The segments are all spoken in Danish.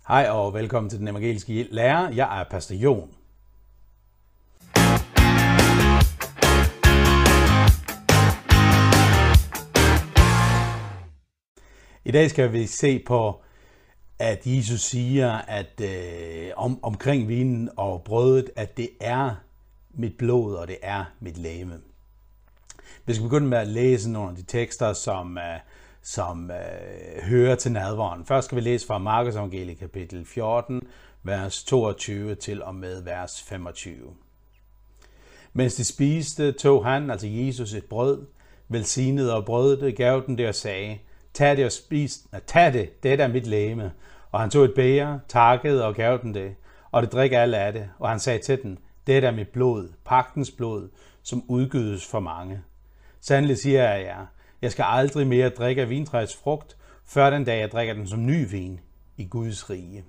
Hej og velkommen til Den Evangeliske Lærer. Jeg er Pastor Jon. I dag skal vi se på, at Jesus siger, at omkring vinen og brødet, at det er mit blod, og det er mit legeme. Vi skal begynde med at læse nogle af de tekster, som hører til nadveren. Først skal vi læse fra Markus Evangeliet kapitel 14, vers 22 til og med vers 25. Mens de spiste, tog han, altså Jesus, et brød, velsignede og brød det, gav den det og sagde, tag det og spis, det er mit legeme. Og han tog et bæger, takkede og gav den det, og det drik alle af det. Og han sagde til den, det er mit blod, pagtens blod, som udgydes for mange. Sandelig siger jeg jer, jeg skal aldrig mere drikke af vintræets frugt, før den dag jeg drikker den som ny vin i Guds rige.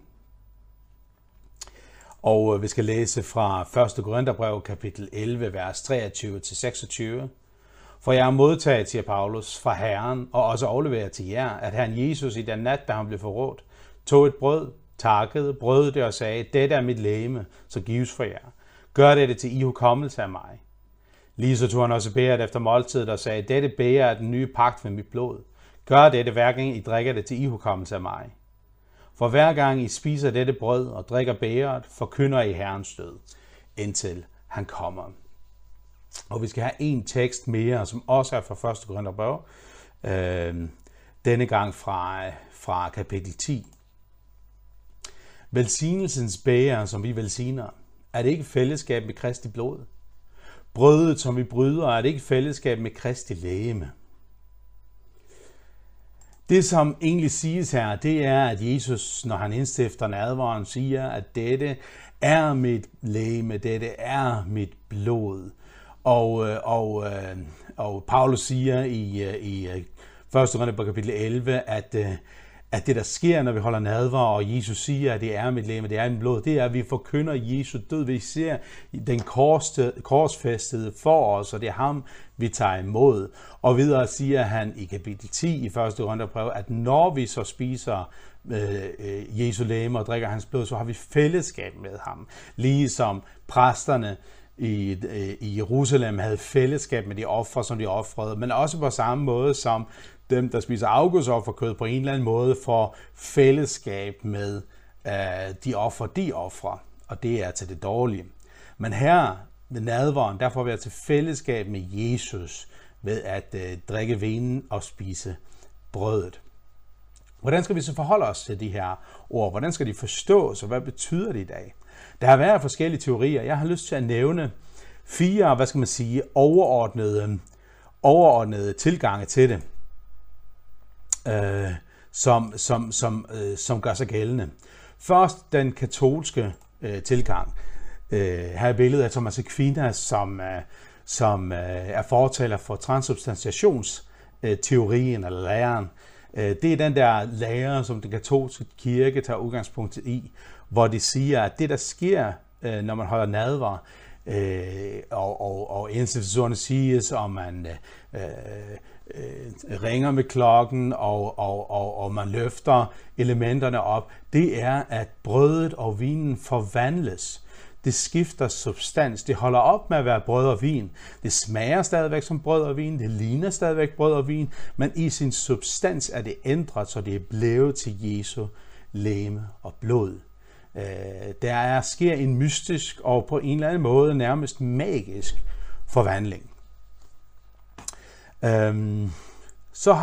Og vi skal læse fra 1. Korintherbrev kapitel 11, vers 23-26. For jeg har modtaget, siger Paulus, fra Herren, og også overleveret til jer, at Herren Jesus i den nat, da han blev forrådt, tog et brød, takkede, brød det og sagde, dette er mit legeme, så gives for jer. Gør dette til ihukommelse af mig. Lige så tog han også bægeret efter måltidet og sagde, dette bæger er den nye pagt med mit blod. Gør dette hver gang I drikker det til ihukommelse af mig. For hver gang I spiser dette brød og drikker bægeret, forkynder I Herrens død, indtil han kommer. Og vi skal have en tekst mere, som også er fra 1. Korintherbrev, denne gang fra kapitel 10. Velsignelsens bæger, som vi velsigner, er det ikke fællesskab med Kristi blod? Brødet, som vi bryder, er det ikke fællesskab med Kristi legeme? Det, som egentlig siges her, det er, at Jesus, når han indstifter nadveren, siger, at dette er mit legeme, dette er mit blod. Og Paulus siger i 1. Korintherbrev kapitel 11, at det, der sker, når vi holder nadver, og Jesus siger, at det er mit legeme, det er mit blod, det er, at vi forkynder Jesu død. Vi ser den korsfæstede for os, og det er ham, vi tager imod. Og videre siger han i kapitel 10 i 1. Korintherbrev, at når vi så spiser Jesu legeme og drikker hans blod, så har vi fællesskab med ham. Ligesom præsterne i Jerusalem havde fællesskab med de ofre, som de ofrede, men også på samme måde som dem, der spiser afgudsofferkød, på en eller anden måde får fællesskab med de ofre, de offrer, og det er til det dårlige. Men her ved nadveren, der får vi til fællesskab med Jesus ved at drikke vinen og spise brødet. Hvordan skal vi så forholde os til de her ord? Hvordan skal de forstås, og hvad betyder det i dag? Der har været forskellige teorier. Jeg har lyst til at nævne 4, overordnede tilgange til det, som gør sig gældende. Først den katolske tilgang. Her er billedet af Thomas Aquinas, som er fortaler for transubstantiationsteorien eller læren. Det er den der lære, som den katolske kirke tager udgangspunkt i, hvor de siger, at det, der sker, når man holder nadver, og institutionerne siges, og man ringer med klokken, og man løfter elementerne op, det er, at brødet og vinen forvandles. Det skifter substans. Det holder op med at være brød og vin. Det smager stadigvæk som brød og vin. Det ligner stadigvæk brød og vin. Men i sin substans er det ændret, så det er blevet til Jesu legeme og blod. Der sker en mystisk og på en eller anden måde nærmest magisk forvandling. Så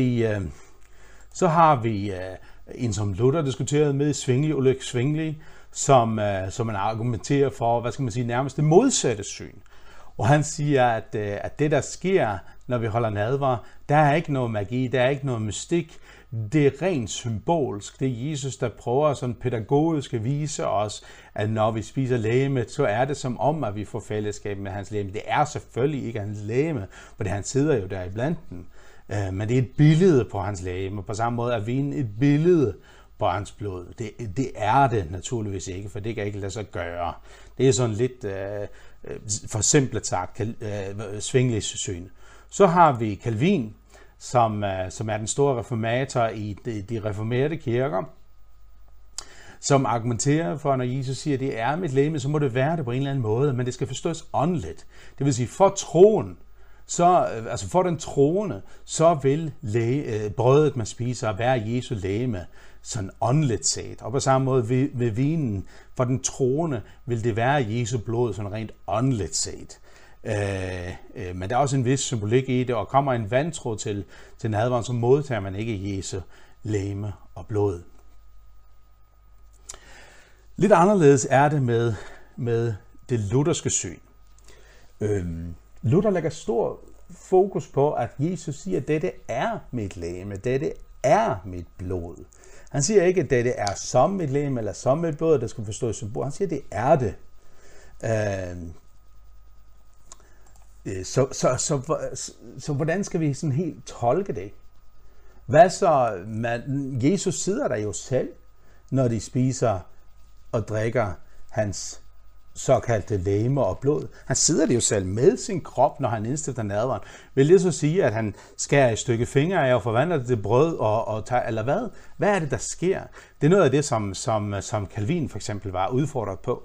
har vi en, som Luther diskuterede med, Zwingli, Ulrik Zwingli, som man argumenterer for, nærmest det modsatte syn. Og han siger, at det, der sker, når vi holder nadver, der er ikke noget magi, der er ikke noget mystik. Det er rent symbolsk. Det er Jesus, der prøver sådan pædagogisk at vise os, at når vi spiser legemet, så er det som om, at vi får fællesskab med hans legeme. Det er selvfølgelig ikke hans legeme, for han sidder jo der i blandt dem. Men det er et billede på hans legeme. På samme måde er vinen et billede på hans blod. Det er det naturligvis ikke, for det kan ikke lade sig gøre. Det er sådan lidt forsimplet sagt, Zwinglis syn. Så har vi Calvin, som er den store reformator i de reformerede kirker, som argumenterer for, når Jesus siger, at det er mit legeme, så må det være det på en eller anden måde, men det skal forstås åndeligt. Det vil sige, for troen, altså for den troende, så vil brødet, man spiser, være Jesu legeme, sådan åndeligt set. Og på samme måde ved vinen, for den troende, vil det være Jesu blod, sådan rent åndeligt set. Men der er også en vis symbolik i det, og kommer en vantro til nadveren, så modtager man ikke Jesu legeme og blod. Lidt anderledes er det med det lutherske syn. Luther lægger stor fokus på, at Jesus siger, at dette er mit legeme, dette er mit blod. Han siger ikke, at dette er som mit legeme eller som mit blod, der skal forstå symbol. Han siger, at det er det. Så hvordan skal vi sådan helt tolke det? Hvad så? Jesus sidder der jo selv, når de spiser og drikker hans såkaldte legeme og blod. Han sidder det jo selv med sin krop, når han indstifter nadveren. Vil det så sige, at han skærer et stykke fingre af og forvandler det til brød og tager, eller hvad? Hvad er det, der sker? Det er noget af det, som Calvin for eksempel var udfordret på.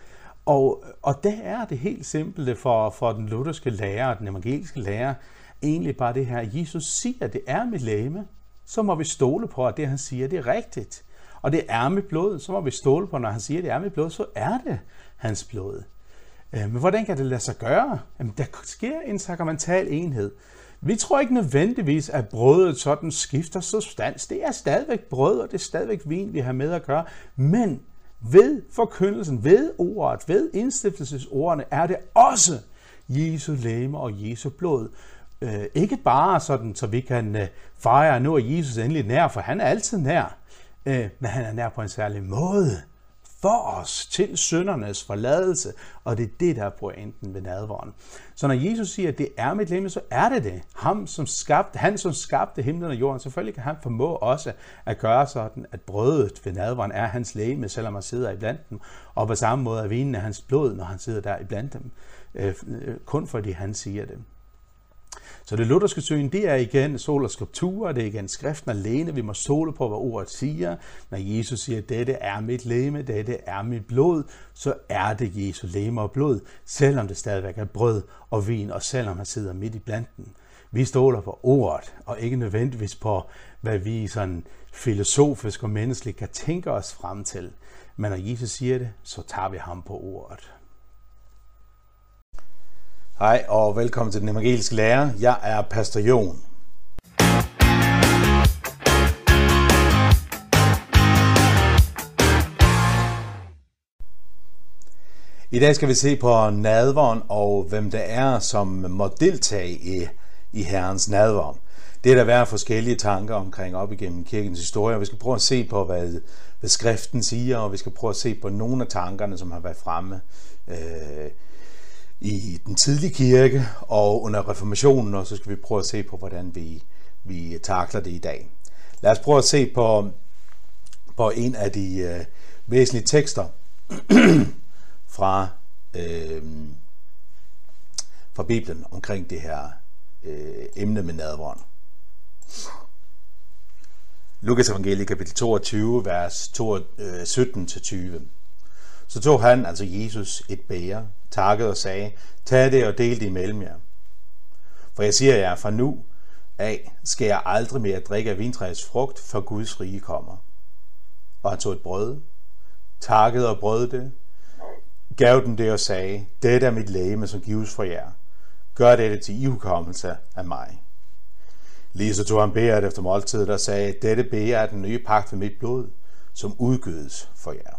Og det er det helt simple for den lutherske lærer og den evangeliske lærer, egentlig bare det her, Jesus siger, at det er mit legeme, så må vi stole på, at det han siger, det er rigtigt. Og det er mit blod, så må vi stole på, når han siger, at det er mit blod, så er det hans blod. Men hvordan kan det lade sig gøre? Jamen, der sker en sakramental enhed. Vi tror ikke nødvendigvis, at brødet sådan skifter substans. Det er stadigvæk brød, og det er stadigvæk vin, vi har med at gøre. Men ved forkyndelsen, ved ordet, ved indstiftelsesordene, er det også Jesu legeme og Jesu blod. Ikke bare sådan, så vi kan fejre, at nu er Jesus endelig nær, for han er altid nær. Men han er nær på en særlig måde for os til syndernes forladelse, og det er det, der er pointen ved nadveren. Så når Jesus siger, at det er mit legeme, så er det det. Han som skabte himlen og jorden, selvfølgelig kan han formå også at gøre sådan, at brødet ved nadveren er hans legeme, selvom han sidder iblandt dem, og på samme måde er vinen af hans blod, når han sidder der iblandt dem, kun fordi han siger det. Så det lutherske syn, det er igen sol og skulpturer, det er igen skriften alene. Vi må stole på, hvad ordet siger. Når Jesus siger, at dette er mit legeme, dette er mit blod, så er det Jesu legeme og blod, selvom det stadigvæk er brød og vin, og selvom han sidder midt i blandt dem. Vi stoler på ordet, og ikke nødvendigvis på, hvad vi sådan filosofisk og menneskeligt kan tænke os frem til. Men når Jesus siger det, så tager vi ham på ordet. Hej og velkommen til den evangeliske lærer. Jeg er Pastor Jon. I dag skal vi se på nadveren og hvem det er, som må deltage i Herrens nadver. Det er der været forskellige tanker omkring op igennem kirkens historie. Vi skal prøve at se på, hvad skriften siger, og vi skal prøve at se på nogle af tankerne, som har været fremme i den tidlige kirke og under reformationen, og så skal vi prøve at se på, hvordan vi takler det i dag. Lad os prøve at se på en af de væsentlige tekster fra Bibelen omkring det her emne med nadveren. Lukas evangeliet kapitel 22, vers 17-20. Så tog han, altså Jesus, et bæger, takkede og sagde, tag det og del det imellem jer. For jeg siger jer, fra nu af skal jeg aldrig mere drikke af vintræets frugt, for Guds rige kommer. Og han tog et brød, takkede og brød det, gav dem det og sagde, dette er mit legeme, som gives for jer. Gør dette til ihukommelse af mig. Lige så tog han bægeret efter måltidet og sagde, dette bæger er den nye pagt ved mit blod, som udgydes for jer.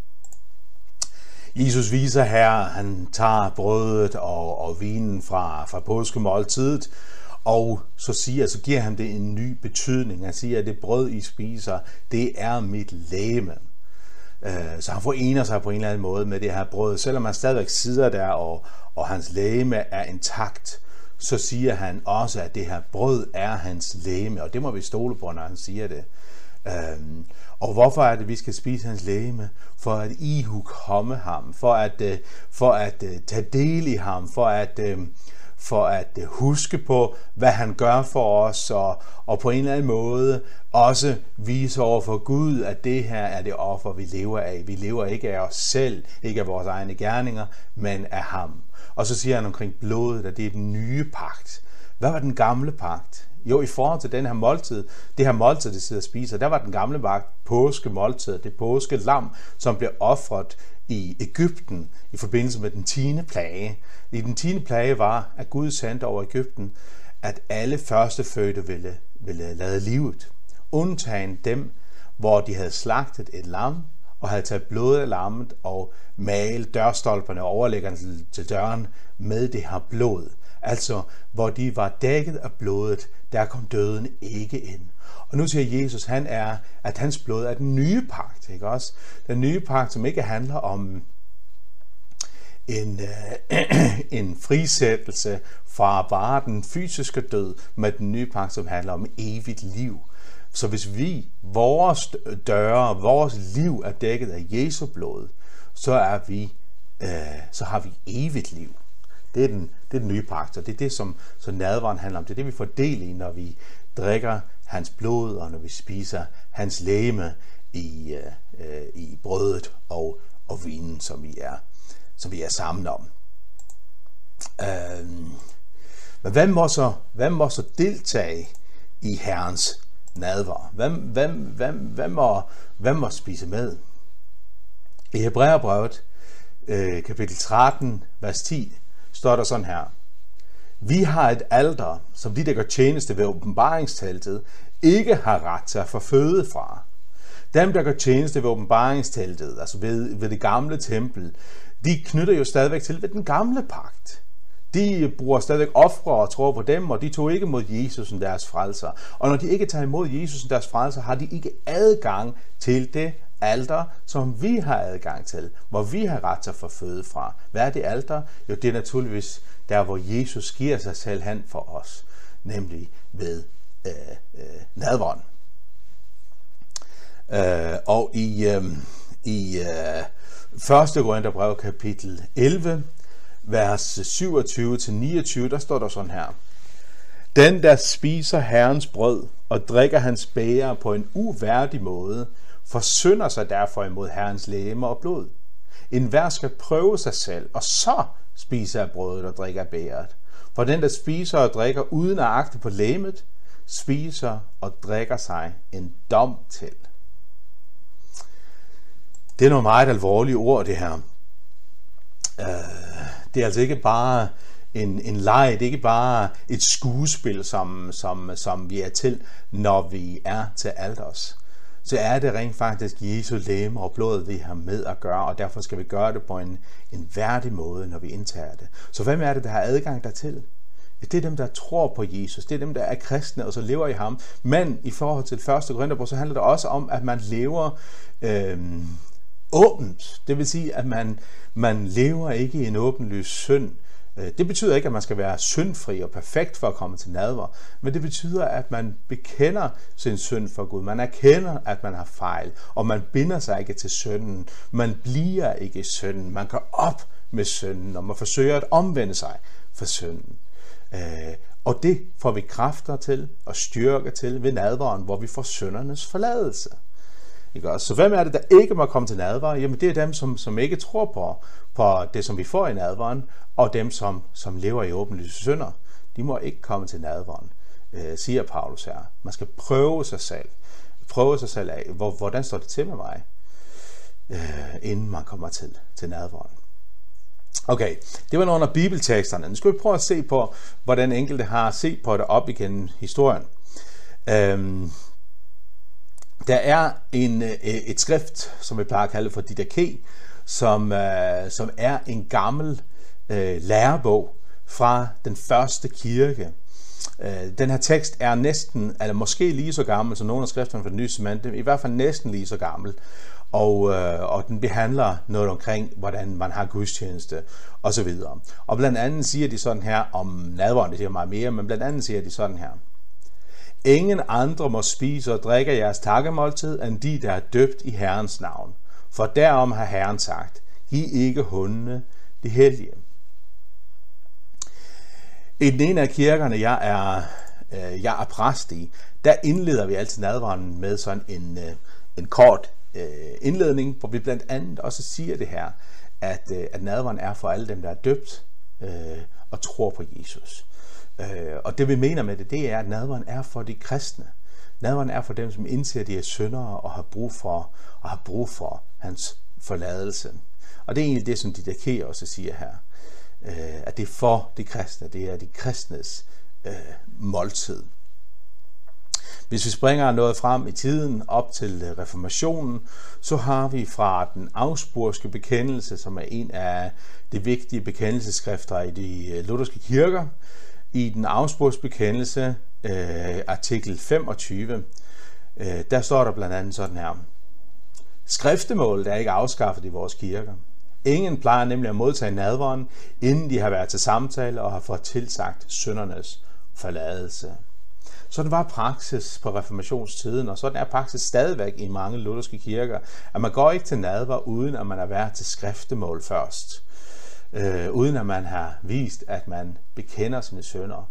Jesus viser her, han tager brødet og vinen fra påskemåltidet, og så giver han det en ny betydning. Han siger, at det brød, I spiser, det er mit legeme. Så han forener sig på en eller anden måde med det her brød. Selvom han stadigvæk sidder der, og hans legeme er intakt, så siger han også, at det her brød er hans legeme, og det må vi stole på, når han siger det. Og hvorfor er det, vi skal spise hans legeme? For at ihukomme ham, for at tage del i ham, for at huske på, hvad han gør for os, og på en eller anden måde også vise over for Gud, at det her er det offer, vi lever af. Vi lever ikke af os selv, ikke af vores egne gerninger, men af ham. Og så siger han omkring blodet, at det er den nye pagt. Hvad var den gamle pagt? Jo, i forhold til den her måltid, det her måltid, de sidder og spiser, der var den gamle pagt påskemåltid, det påskelam, som blev ofret i Egypten i forbindelse med den 10. plage. I den 10. plage var, at Gud sendte over Egypten, at alle førstefødte ville lade livet. Undtagen dem, hvor de havde slagtet et lam, og havde taget blodet af lammet og malet dørstolperne og overlæggerne til døren med det her blod. Altså, hvor de var dækket af blodet, der kom døden ikke ind. Og nu siger Jesus, at hans blod er den nye pagt, ikke også? Den nye pagt, som ikke handler om en frisættelse fra bare den fysiske død, men den nye pagt, som handler om evigt liv. Så hvis vores døre, vores liv er dækket af Jesu blod, så har vi evigt liv. Det er den nye pagt, og det er det, som nadveren handler om. Det er det, vi får del i, når vi drikker hans blod, og når vi spiser hans legeme i brødet og vinen, som vi er sammen om. Men hvem må så deltage i Herrens nadver? Hvem må spise med? I Hebræerbrevet, kapitel 13, vers 10, står der sådan her: Vi har et alter, som de, der gør tjeneste ved åbenbaringsteltet, ikke har ret til at få føde fra. Dem, der gør tjeneste ved åbenbaringsteltet, altså ved det gamle tempel, de knytter jo stadigvæk til ved den gamle pagt. De bruger stadigvæk ofre og tror på dem, og de tog ikke mod Jesus som deres frelser. Og når de ikke tager imod Jesus som deres frelser, har de ikke adgang til det alter, som vi har adgang til, hvor vi har ret til at få føde fra. Hvad er det alter? Jo, det er naturligvis der, hvor Jesus giver sig selv hen for os, nemlig ved nadveren. Og i 1. Korintherbrev kapitel 11, vers 27-29, der står der sådan her: Den, der spiser Herrens brød og drikker hans bæger på en uværdig måde, forsynder sig derfor imod Herrens legeme og blod. Enhver skal prøve sig selv, og så spiser af brødet og drikker af bægeret. For den, der spiser og drikker uden at agte på legemet, spiser og drikker sig en dom til. Det er nogle meget alvorlige ord, det her. Det er altså ikke bare en leg, det er ikke bare et skuespil, som vi er til, når vi er til alters. Så er det rent faktisk Jesu legeme og blod, vi har med at gøre, og derfor skal vi gøre det på en værdig måde, når vi indtager det. Så hvem er det, der har adgang dertil? Det er dem, der tror på Jesus. Det er dem, der er kristne og så lever i ham. Men i forhold til 1. Korintherbrev, så handler det også om, at man lever åbent. Det vil sige, at man lever ikke i en åbenlys synd. Det betyder ikke, at man skal være syndfri og perfekt for at komme til nadver, men det betyder, at man bekender sin synd for Gud. Man erkender, at man har fejl, og man binder sig ikke til synden. Man bliver ikke i synden. Man går op med synden, og man forsøger at omvende sig for synden. Og det får vi kræfter til og styrke til ved nadveren, hvor vi får syndernes forladelse. Så hvem er det, der ikke må komme til nadver? Jamen det er dem, som ikke tror på det, som vi får i nadveren, og dem, som lever i åbenlyse synder. De må ikke komme til nadveren, siger Paulus her. Man skal prøve sig selv. Prøve sig selv af, hvordan står det til med mig, inden man kommer til nadveren. Okay, det var nogle af bibelteksterne. Nu skal vi prøve at se på, hvordan enkelte har set på det op igennem historien. Der er et skrift, som vi plejer at kalde for Didache, som er en gammel lærebog fra den første kirke. Den her tekst er næsten, eller måske lige så gammel som nogle af skrifterne fra det nye testamente, i hvert fald næsten lige så gammel. Og den behandler noget omkring, hvordan man har gudstjeneste osv. Og blandt andet siger de sådan her om nadveren, det siger meget mere, men blandt andet siger de sådan her: Ingen andre må spise og drikke jeres takkemåltid, end de, der er døbt i Herrens navn. For derom har Herren sagt: Giv ikke hundene det hellige. I den ene af kirkerne, jeg er præst i, der indleder vi altid nadveren med sådan en kort indledning, hvor vi blandt andet også siger det her, at nadveren er for alle dem, der er døbt og tror på Jesus. Og det vi mener med det er, at nadveren er for de kristne. Nadveren er for dem, som indser, at de er syndere og har brug for hans forladelse. Og det er egentlig det, som Didache også siger her. At det er for de kristne. Det er de kristnes måltid. Hvis vi springer noget frem i tiden op til reformationen, så har vi fra den augsburgske bekendelse, som er en af de vigtige bekendelsesskrifter i de lutherske kirker. I den augsburgske bekendelse, artikel 25, der står der blandt andet sådan her. Skriftemålet er ikke afskaffet i vores kirker. Ingen plejer nemlig at modtage nadveren, inden de har været til samtale og har fået tilsagt syndernes forladelse. Sådan var praksis på reformationstiden, og sådan er praksis stadigvæk i mange lutherske kirker, at man går ikke til nadver, uden at man har været til skriftemål først. Uden at man har vist, at man bekender sine synder.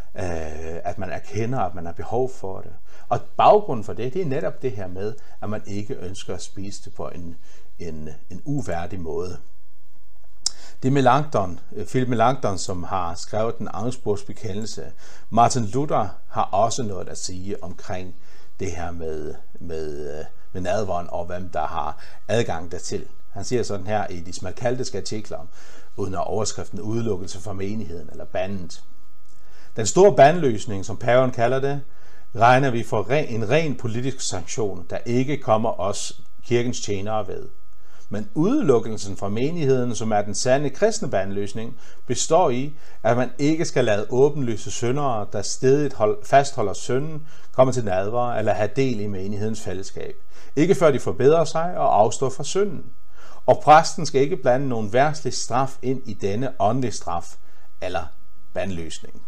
At man erkender, at man har behov for det. Og baggrunden for det er netop det her med, at man ikke ønsker at spise det på en uværdig måde. Det er Melanchthon, Philip Melanchthon, som har skrevet den augsburgske bekendelse. Martin Luther har også noget at sige omkring det her med nadveren og hvem der har adgang dertil. Han siger sådan her i de smalkaldiske artikler under overskriften udelukkelse fra menigheden eller bandet. Den store bandløsning, som paven kalder det, regner vi for en ren politisk sanktion, der ikke kommer os kirkens tjenere ved. Men udelukkelsen fra menigheden, som er den sande kristne bandløsning, består i, at man ikke skal lade åbenlyse syndere, der stedigt fastholder synden, komme til nadver eller have del i menighedens fællesskab. Ikke før de forbedrer sig og afstår fra synden. Og præsten skal ikke blande nogen verdslig straf ind i denne åndelige straf eller bandløsning.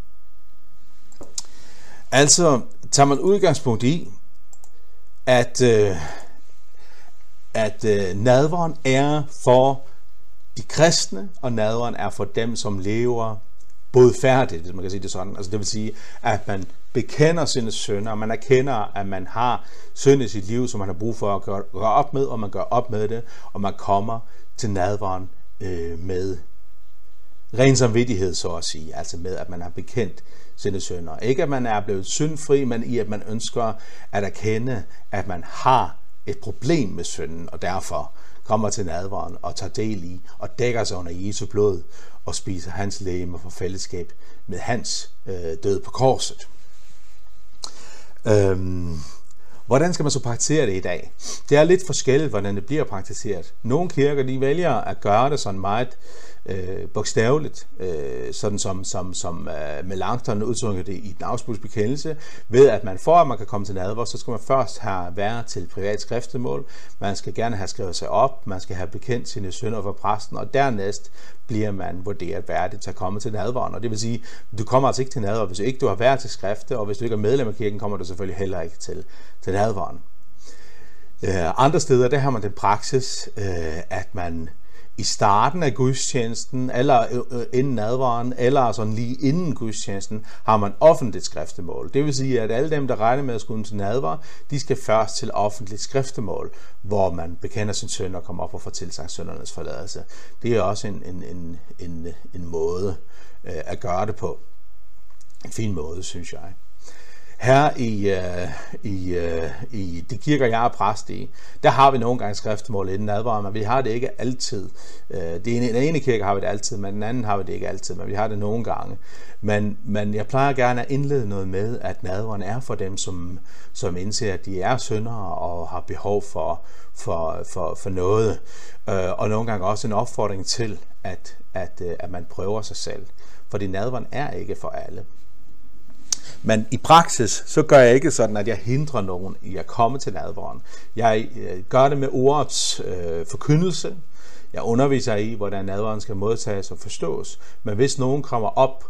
Altså tager man udgangspunkt i, at nadveren er for de kristne, og nadveren er for dem, som lever bådfærdigt, hvis man kan sige det sådan. Altså det vil sige, at man bekender sine synder, og man erkender, at man har synd i sit liv, som man har brug for at gøre op med, og man gør op med det, og man kommer til nadveren med ren samvittighed, så at sige, altså med, at man har bekendt sine synder. Ikke at man er blevet syndfri, men i at man ønsker at erkende, at man har et problem med synden, og derfor kommer til nadveren og tager del i og dækker sig under Jesu blod og spiser hans legeme for fællesskab med hans død på korset. Hvordan skal man så praktisere det i dag? Det er lidt forskelligt, hvordan det bliver praktiseret. Nogle kirker, de vælger at gøre det sådan meget bogstaveligt, sådan som Melanchthon udtrykker det i den augsburgske bekendelse, ved at man for at man kan komme til nadver, så skal man først have været til privat skriftemål, man skal gerne have skrevet sig op, man skal have bekendt sine synder for præsten, og dernæst bliver man vurderet værdig til at komme til nadveren. Og det vil sige, du kommer altså ikke til nadver, hvis ikke du har været til skrifte, og hvis du ikke er medlem af kirken, kommer du selvfølgelig heller ikke til nadveren. Andre steder, der har man den praksis, at man i starten af gudstjenesten, eller inden nadveren, eller sådan lige inden gudstjenesten, har man offentligt skriftemål. Det vil sige, at alle dem, der regner med at skulle til nadver, de skal først til offentligt skriftemål, hvor man bekender sin synd og kommer op og får tilsagt syndernes forladelse. Det er også en måde at gøre det på. En fin måde, synes jeg. Her i de kirker, jeg er præst i, der har vi nogle gange skriftemål inden nadveren, men vi har det ikke altid. Den ene kirke har vi det altid, men den anden har vi det ikke altid, men vi har det nogle gange. Men jeg plejer gerne at indlede noget med, at nadveren er for dem, som indser, at de er syndere og har behov for noget. Og nogle gange også en opfordring til, at man prøver sig selv. Fordi nadveren er ikke for alle. Men i praksis, så gør jeg ikke sådan, at jeg hindrer nogen i at komme til nadveren. Jeg gør det med ordets forkyndelse. Jeg underviser i, hvordan nadveren skal modtages og forstås. Men hvis nogen kommer op,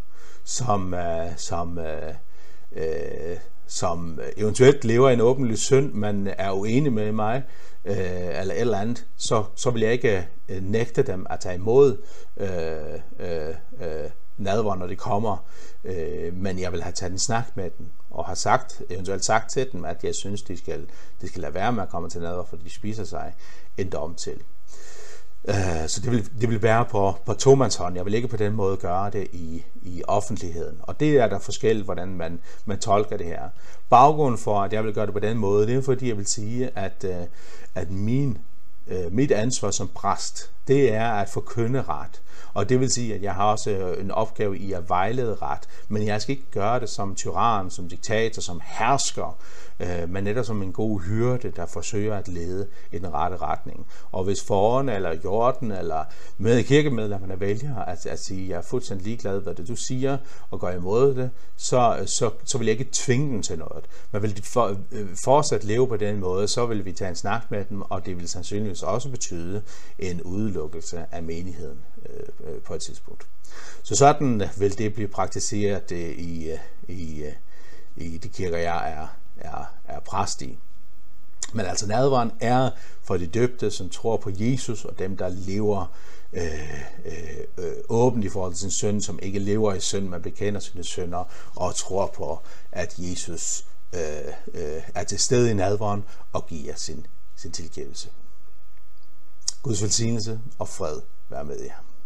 som eventuelt lever i en åbenlyst synd, men er uenig med mig, eller et eller andet, så vil jeg ikke nægte dem at tage imod nadver, når det kommer, men jeg vil have taget en snak med dem, og har eventuelt sagt til dem, at jeg synes, de skal lade være med at komme til nadver, for de spiser sig en dom til. Så det vil være på tomandshånd. Jeg vil ikke på den måde gøre det i offentligheden. Og det er der forskelligt, hvordan man tolker det her. Baggrunden for, at jeg vil gøre det på den måde, det er fordi, jeg vil sige, at mit ansvar som præst, det er at forkynde ret. Og det vil sige, at jeg har også en opgave i at vejlede ret, men jeg skal ikke gøre det som tyran, som diktator, som hersker, men netop som en god hyrde, der forsøger at lede i den rette retning. Og hvis foran eller jorden eller med kirkemedlemmerne vælger at sige, jeg er fuldstændig ligeglad, hvad det du siger, og går imod det, så vil jeg ikke tvinge dem til noget. Men vil de fortsat leve på den måde, så vil vi tage en snak med dem, og det vil sandsynligvis også betyde en udelukkelse af menigheden på et tidspunkt. Så sådan vil det blive praktiseret i de kirker, jeg er præst i. Men altså nadveren er for de døbte, som tror på Jesus, og dem, der lever åbent i forhold til sin synd, som ikke lever i synd, men bekender sine synder, og tror på, at Jesus er til stede i nadveren og giver sin tilgivelse. Guds velsignelse og fred være med jer.